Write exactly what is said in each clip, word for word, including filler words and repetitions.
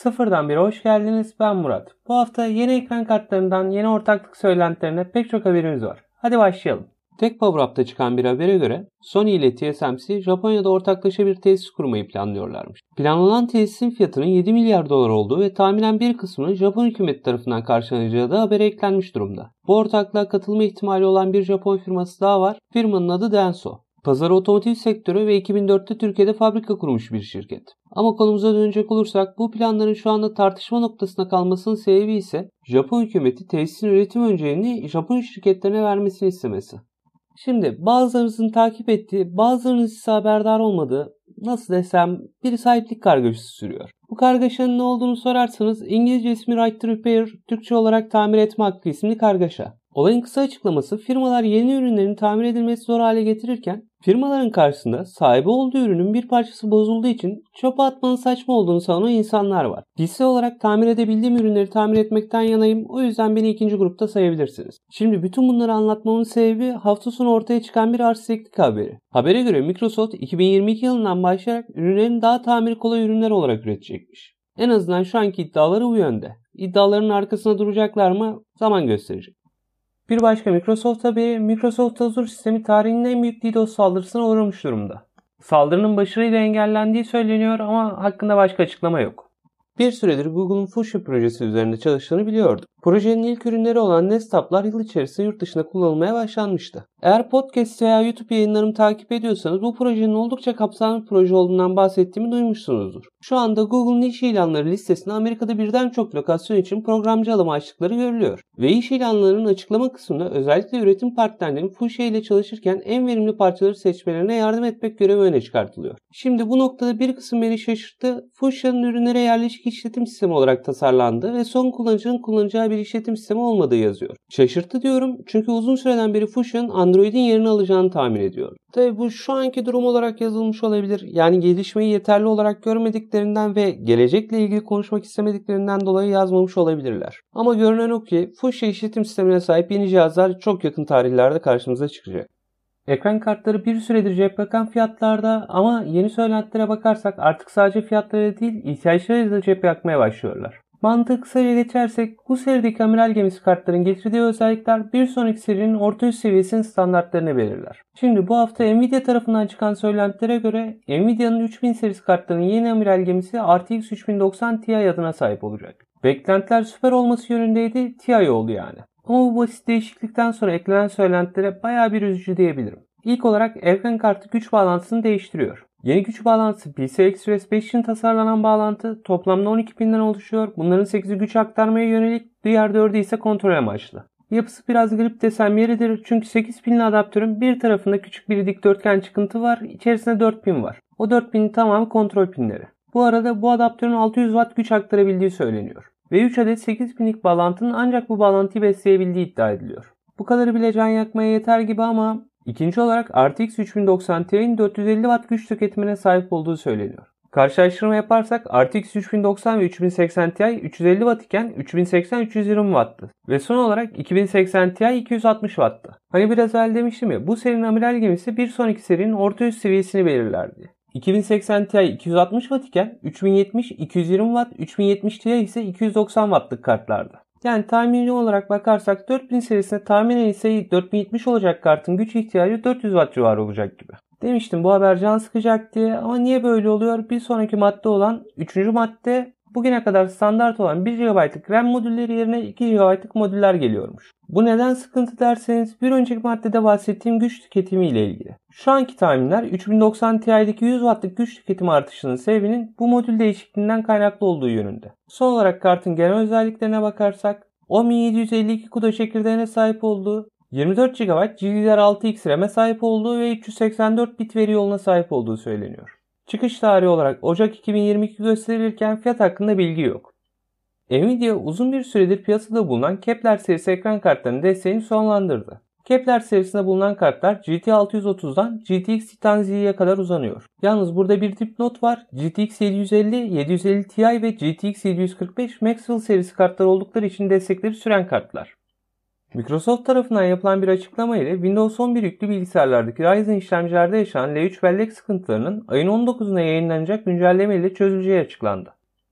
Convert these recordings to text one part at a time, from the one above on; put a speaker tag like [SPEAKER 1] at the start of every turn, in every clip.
[SPEAKER 1] Sıfırdan bire hoş geldiniz. Ben Murat. Bu hafta yeni ekran kartlarından yeni ortaklık söylentilerine pek çok haberimiz var. Hadi başlayalım. Tech Power Up'ta çıkan bir habere göre Sony ile T S M C Japonya'da ortaklaşa bir tesis kurmayı planlıyorlarmış. Planlanan tesisin fiyatının yedi milyar dolar olduğu ve tahminen bir kısmının Japon hükümeti tarafından karşılanacağı da habere eklenmiş durumda. Bu ortaklığa katılma ihtimali olan bir Japon firması daha var. Firmanın adı Denso. Pazarı otomotiv sektörü ve iki bin dörtte Türkiye'de fabrika kurmuş bir şirket. Ama konumuza dönecek olursak bu planların şu anda tartışma noktasına kalmasının sebebi ise Japon hükümeti tesisin üretim önceliğini Japon şirketlerine vermesini istemesi. Şimdi bazılarınızın takip ettiği, bazılarınız ise haberdar olmadığı, nasıl desem, bir sahiplik kargaşası sürüyor. Bu kargaşanın ne olduğunu sorarsanız İngilizce ismi Right to Repair, Türkçe olarak tamir etme hakkı isimli kargaşa. Olayın kısa açıklaması, firmalar yeni ürünlerin tamir edilmesi zor hale getirirken firmaların karşısında sahibi olduğu ürünün bir parçası bozulduğu için çöpe atmanın saçma olduğunu savunan insanlar var. Kişisel olarak tamir edebildiğim ürünleri tamir etmekten yanayım, o yüzden beni ikinci grupta sayabilirsiniz. Şimdi bütün bunları anlatmamın sebebi hafta sonu ortaya çıkan bir arsizlik haberi. Habere göre Microsoft iki bin yirmi iki yılından başlayarak ürünlerin daha tamiri kolay ürünler olarak üretecekmiş. En azından şu anki iddiaları bu yönde. İddiaların arkasında duracaklar mı? Zaman gösterecek. Bir başka Microsoft haberi, Microsoft Azure sistemi tarihinin en büyük DDoS saldırısına uğramış durumda. Saldırının başarıyla engellendiği söyleniyor ama hakkında başka açıklama yok. Bir süredir Google'un Fuchsia projesi üzerinde çalıştığını biliyorduk. Projenin ilk ürünleri olan Nest Hub'lar yıl içerisinde yurt dışında kullanılmaya başlanmıştı. Eğer podcast veya YouTube yayınlarımı takip ediyorsanız bu projenin oldukça kapsamlı bir proje olduğundan bahsettiğimi duymuşsunuzdur. Şu anda Google'un iş ilanları listesinde Amerika'da birden çok lokasyon için programcı alımı açtıkları görülüyor. Ve iş ilanlarının açıklama kısmında özellikle üretim partnerlerinin Fuchsia ile çalışırken en verimli parçaları seçmelerine yardım etmek görevi öne çıkartılıyor. Şimdi bu noktada bir kısım beni şaşırttı. Fuchsia'nın ürünlere yerleşik işletim sistemi olarak tasarlandığı ve son kullanıcının kullanacağı bir işletim sistemi olmadığı yazıyor. Şaşırttı diyorum çünkü uzun süreden beri Fuchsia'nın Android'in yerini alacağını tahmin ediyorum. Tabi bu şu anki durum olarak yazılmış olabilir. Yani gelişmeyi yeterli olarak görmediklerinden ve gelecekle ilgili konuşmak istemediklerinden dolayı yazmamış olabilirler. Ama görünen o ki Fuchsia işletim sistemine sahip yeni cihazlar çok yakın tarihlerde karşımıza çıkacak. Ekran kartları bir süredir cep yakan fiyatlarda ama yeni söylentilere bakarsak artık sadece fiyatları değil ihtiyaçları da cep yakmaya başlıyorlar. Mantığı kısaca geçersek bu serideki amiral gemisi kartların getirdiği özellikler bir sonraki serinin orta üst seviyesinin standartlarını belirler. Şimdi bu hafta Nvidia tarafından çıkan söylentilere göre Nvidia'nın üç bin serisi kartlarının yeni amiral gemisi R T X üç bin doksan Ti adına sahip olacak. Beklentiler süper olması yönündeydi, Ti oldu yani. Ama bu basit değişiklikten sonra eklenen söylentilere bayağı bir üzücü diyebilirim. İlk olarak ekran kartı güç bağlantısını değiştiriyor. Yeni güç bağlantısı P C I Express beş için tasarlanan bağlantı toplamda on iki pinden oluşuyor. Bunların sekizi güç aktarmaya yönelik, diğer dördü ise kontrol amaçlı. Yapısı biraz garip desem yeridir çünkü sekiz pinli adaptörün bir tarafında küçük bir dikdörtgen çıkıntı var, içerisinde dört pin var. O dört pinin tamamı kontrol pinleri. Bu arada bu adaptörün altı yüz watt güç aktarabildiği söyleniyor. Ve üç adet sekiz pinlik bağlantının ancak bu bağlantıyı besleyebildiği iddia ediliyor. Bu kadarı bile can yakmaya yeter gibi ama ikinci olarak R T X üç bin doksan Ti'nin dört yüz elli watt güç tüketimine sahip olduğu söyleniyor. Karşılaştırma yaparsak R T X üç bin doksan ve üç bin seksen Ti üç yüz elli watt iken üç bin seksen üç yüz yirmi watt'tı. Ve son olarak iki bin seksen Ti iki yüz altmış watt'tı. Hani biraz evvel demiştim ya, bu serinin amiral gemisi bir sonraki serinin orta üst seviyesini belirlerdi. iki bin seksen Ti iki yüz altmış watt iken üç bin yetmiş iki yüz yirmi watt, üç bin yetmiş Ti ise iki yüz doksan watt'lık kartlardı. Yani tahmini olarak bakarsak dört bin serisine tahminen ise dört bin yetmiş olacak kartın güç ihtiyacı dört yüz watt civarı olacak gibi. Demiştim bu haber can sıkacak diye ama niye böyle oluyor? Bir sonraki madde olan üçüncü madde bugüne kadar standart olan bir gigabaytlık RAM modülleri yerine iki gigabaytlık modüller geliyormuş. Bu neden sıkıntı derseniz bir önceki maddede bahsettiğim güç tüketimi ile ilgili. Şu anki tahminler üç bin doksan Ti'deki yüz wattlık güç tüketimi artışının sebebinin bu modül değişikliğinden kaynaklı olduğu yönünde. Son olarak kartın genel özelliklerine bakarsak on bin yedi yüz elli iki CUDA çekirdeğine sahip olduğu, yirmi dört gigabayt G D D R altı X RAM'e sahip olduğu ve üç yüz seksen dört bit veri yoluna sahip olduğu söyleniyor. Çıkış tarihi olarak Ocak iki bin yirmi iki gösterilirken fiyat hakkında bilgi yok. Nvidia uzun bir süredir piyasada bulunan Kepler serisi ekran kartlarının desteğini sonlandırdı. Kepler serisinde bulunan kartlar G T altı yüz otuzdan G T X Titan Z'ye kadar uzanıyor. Yalnız burada bir dipnot var. G T X yedi yüz elli, yedi yüz elli Ti ve G T X yedi yüz kırk beş Maxwell serisi kartlar oldukları için destekleri süren kartlar. Microsoft tarafından yapılan bir açıklama ile Windows on bir yüklü bilgisayarlardaki Ryzen işlemcilerde yaşanan L üç bellek sıkıntılarının ayın on dokuzunda yayınlanacak güncelleme ile çözüleceği açıklandı.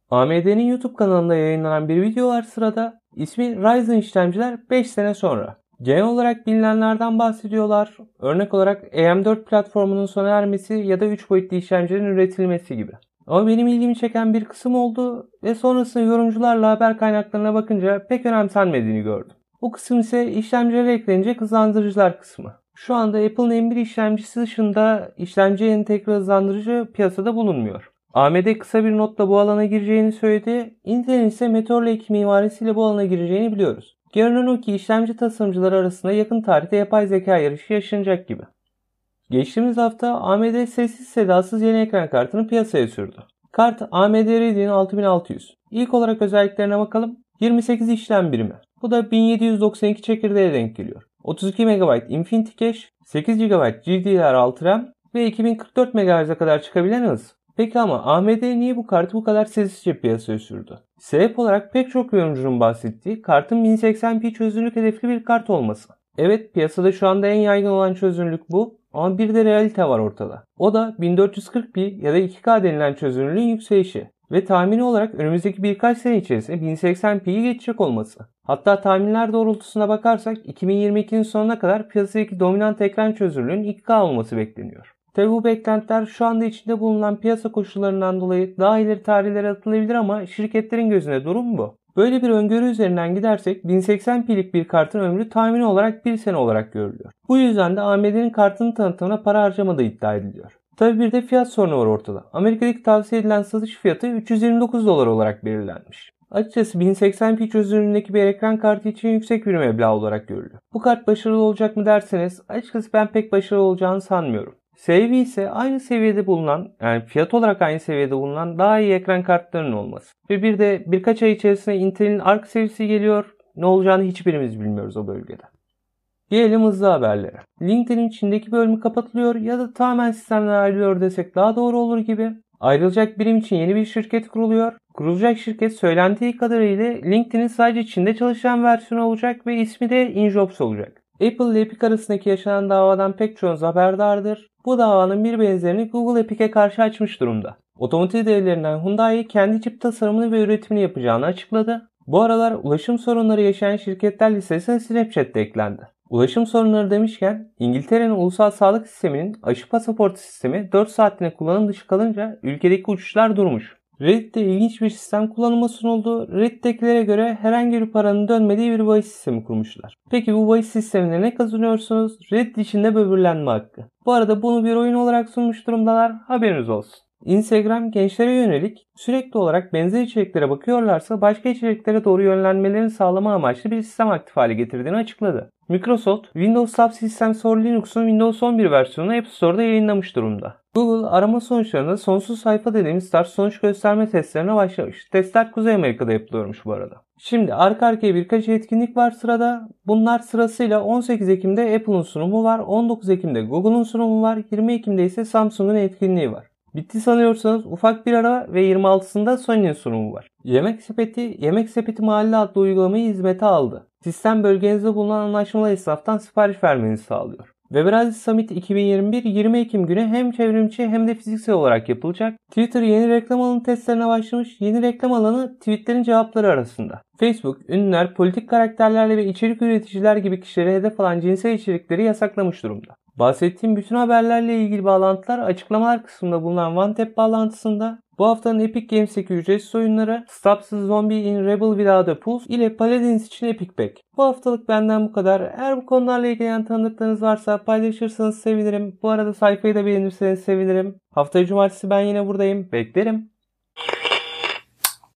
[SPEAKER 1] A M D'nin YouTube kanalında yayınlanan bir video var sırada. İsmi Ryzen işlemciler beş sene sonra. Genel olarak bilinenlerden bahsediyorlar. Örnek olarak A M dört platformunun sona ermesi ya da üç boyutlu işlemcilerin üretilmesi gibi. Ama benim ilgimi çeken bir kısım oldu ve sonrasında yorumcularla haber kaynaklarına bakınca pek önemsenmediğini gördüm. Bu kısım ise işlemcilere eklenecek hızlandırıcılar kısmı. Şu anda Apple'ın M bir işlemcisi dışında işlemciye entegre hızlandırıcı piyasada bulunmuyor. A M D kısa bir notla bu alana gireceğini söyledi. Intel'in ise Meteor Lake mimarisiyle bu alana gireceğini biliyoruz. Görünen o ki işlemci tasarımcıları arasında yakın tarihte yapay zeka yarışı yaşanacak gibi. Geçtiğimiz hafta A M D sessiz sedasız yeni ekran kartını piyasaya sürdü. Kart A M D Radeon altı bin altı yüz. İlk olarak özelliklerine bakalım. yirmi sekiz işlem birimi. Bu da bin yedi yüz doksan iki çekirdeğe denk geliyor. otuz iki megabayt Infinity Cache, sekiz gigabayt G D D R altı RAM ve iki bin kırk dört megahertz'e kadar çıkabilen hız. Peki ama A M D niye bu kartı bu kadar sessizce piyasaya sürdü? Sebep olarak pek çok yorumcunun bahsettiği kartın bin seksen p çözünürlük hedefli bir kart olması. Evet, piyasada şu anda en yaygın olan çözünürlük bu ama bir de realite var ortada. O da bin dört yüz kırk p ya da iki K denilen çözünürlüğün yükselişi ve tahmini olarak önümüzdeki birkaç sene içerisinde bin seksen p'yi geçecek olması. Hatta tahminler doğrultusuna bakarsak iki bin yirmi ikinin sonuna kadar piyasadaki dominant ekran çözünürlüğün iki K olması bekleniyor. Tabi bu beklentiler şu anda içinde bulunan piyasa koşullarından dolayı daha ileri tarihlere atılabilir ama şirketlerin gözünde durum bu. Böyle bir öngörü üzerinden gidersek bin seksen p'lik bir kartın ömrü tahmini olarak bir sene olarak görülüyor. Bu yüzden de A M D'nin kartının tanıtımına para harcamadığı iddia ediliyor. Tabi bir de fiyat sorunu var ortada. Amerika'daki tavsiye edilen satış fiyatı üç yüz yirmi dokuz dolar olarak belirlenmiş. Açıkçası bin seksen p çözünürlüğündeki bir ekran kartı için yüksek bir meblağ olarak görülüyor. Bu kart başarılı olacak mı derseniz açıkçası ben pek başarılı olacağını sanmıyorum. Sebebi ise aynı seviyede bulunan, yani fiyat olarak aynı seviyede bulunan daha iyi ekran kartlarının olması. Ve bir de birkaç ay içerisinde Intel'in Arc serisi geliyor. Ne olacağını hiçbirimiz bilmiyoruz o bölgede. Gelelim hızlı haberlere. LinkedIn'in Çin'deki bölümü kapatılıyor ya da tamamen sistemden ayrılıyor desek daha doğru olur gibi. Ayrılacak birim için yeni bir şirket kuruluyor. Kurulacak şirket söylendiği kadarıyla LinkedIn'in sadece Çin'de çalışan versiyonu olacak ve ismi de InJobs olacak. Apple ile Epic arasındaki yaşanan davadan pek çoğunuz haberdardır. Bu davanın bir benzerini Google Epic'e karşı açmış durumda. Otomotiv devlerinden Hyundai kendi çip tasarımını ve üretimini yapacağını açıkladı. Bu aralar ulaşım sorunları yaşayan şirketler listesine Snapchat de eklendi. Ulaşım sorunları demişken İngiltere'nin ulusal sağlık sisteminin aşı pasaportu sistemi dört saatliğine kullanım dışı kalınca ülkedeki uçuşlar durmuş. Reddit'te ilginç bir sistem kullanıma sunuldu. Reddit'tekilere göre herhangi bir paranın dönmediği bir bahis sistemi kurmuşlar. Peki bu bahis sisteminde ne kazanıyorsunuz? Reddit içinde böbürlenme hakkı. Bu arada bunu bir oyun olarak sunmuş durumdalar. Haberiniz olsun. Instagram gençlere yönelik sürekli olarak benzer içeriklere bakıyorlarsa başka içeriklere doğru yönlenmelerini sağlama amaçlı bir sistem aktif hale getirdiğini açıkladı. Microsoft, Windows Subsystems for Linux'un Windows on bir versiyonunu App Store'da yayınlamış durumda. Google arama sonuçlarında sonsuz sayfa dediğimiz tarz sonuç gösterme testlerine başlamış. Testler Kuzey Amerika'da yapılıyormuş bu arada. Şimdi arka arkaya birkaç etkinlik var sırada. Bunlar sırasıyla on sekiz Ekim'de Apple'ın sunumu var, on dokuz Ekim'de Google'un sunumu var, yirmi Ekim'de ise Samsung'un etkinliği var. Bitti sanıyorsanız ufak bir ara ve yirmi altısında Sony'nin sunumu var. Yemek Sepeti, Yemek Sepeti Mahalle adlı uygulamayı hizmete aldı. Sistem bölgenizde bulunan anlaşmalı esnaftan sipariş vermenizi sağlıyor. Webrazis Summit iki bin yirmi bir yirmi Ekim günü hem çevrimiçi hem de fiziksel olarak yapılacak. Twitter yeni reklam alanı testlerine başlamış. Yeni reklam alanı tweetlerin cevapları arasında. Facebook, ünlüler, politik karakterlerle ve içerik üreticiler gibi kişilere hedef alan cinsel içerikleri yasaklamış durumda. Bahsettiğim bütün haberlerle ilgili bağlantılar açıklamalar kısmında bulunan OneTap bağlantısında. Bu haftanın Epic Games'teki ücretsiz oyunları Stops the Zombie in Rebel Without a Pulse ile Paladins için Epic Pack. Bu haftalık benden bu kadar. Eğer bu konularla ilgilenen tanıdıklarınız varsa paylaşırsanız sevinirim. Bu arada sayfayı da beğenirseniz sevinirim. Haftaya cumartesi ben yine buradayım. Beklerim.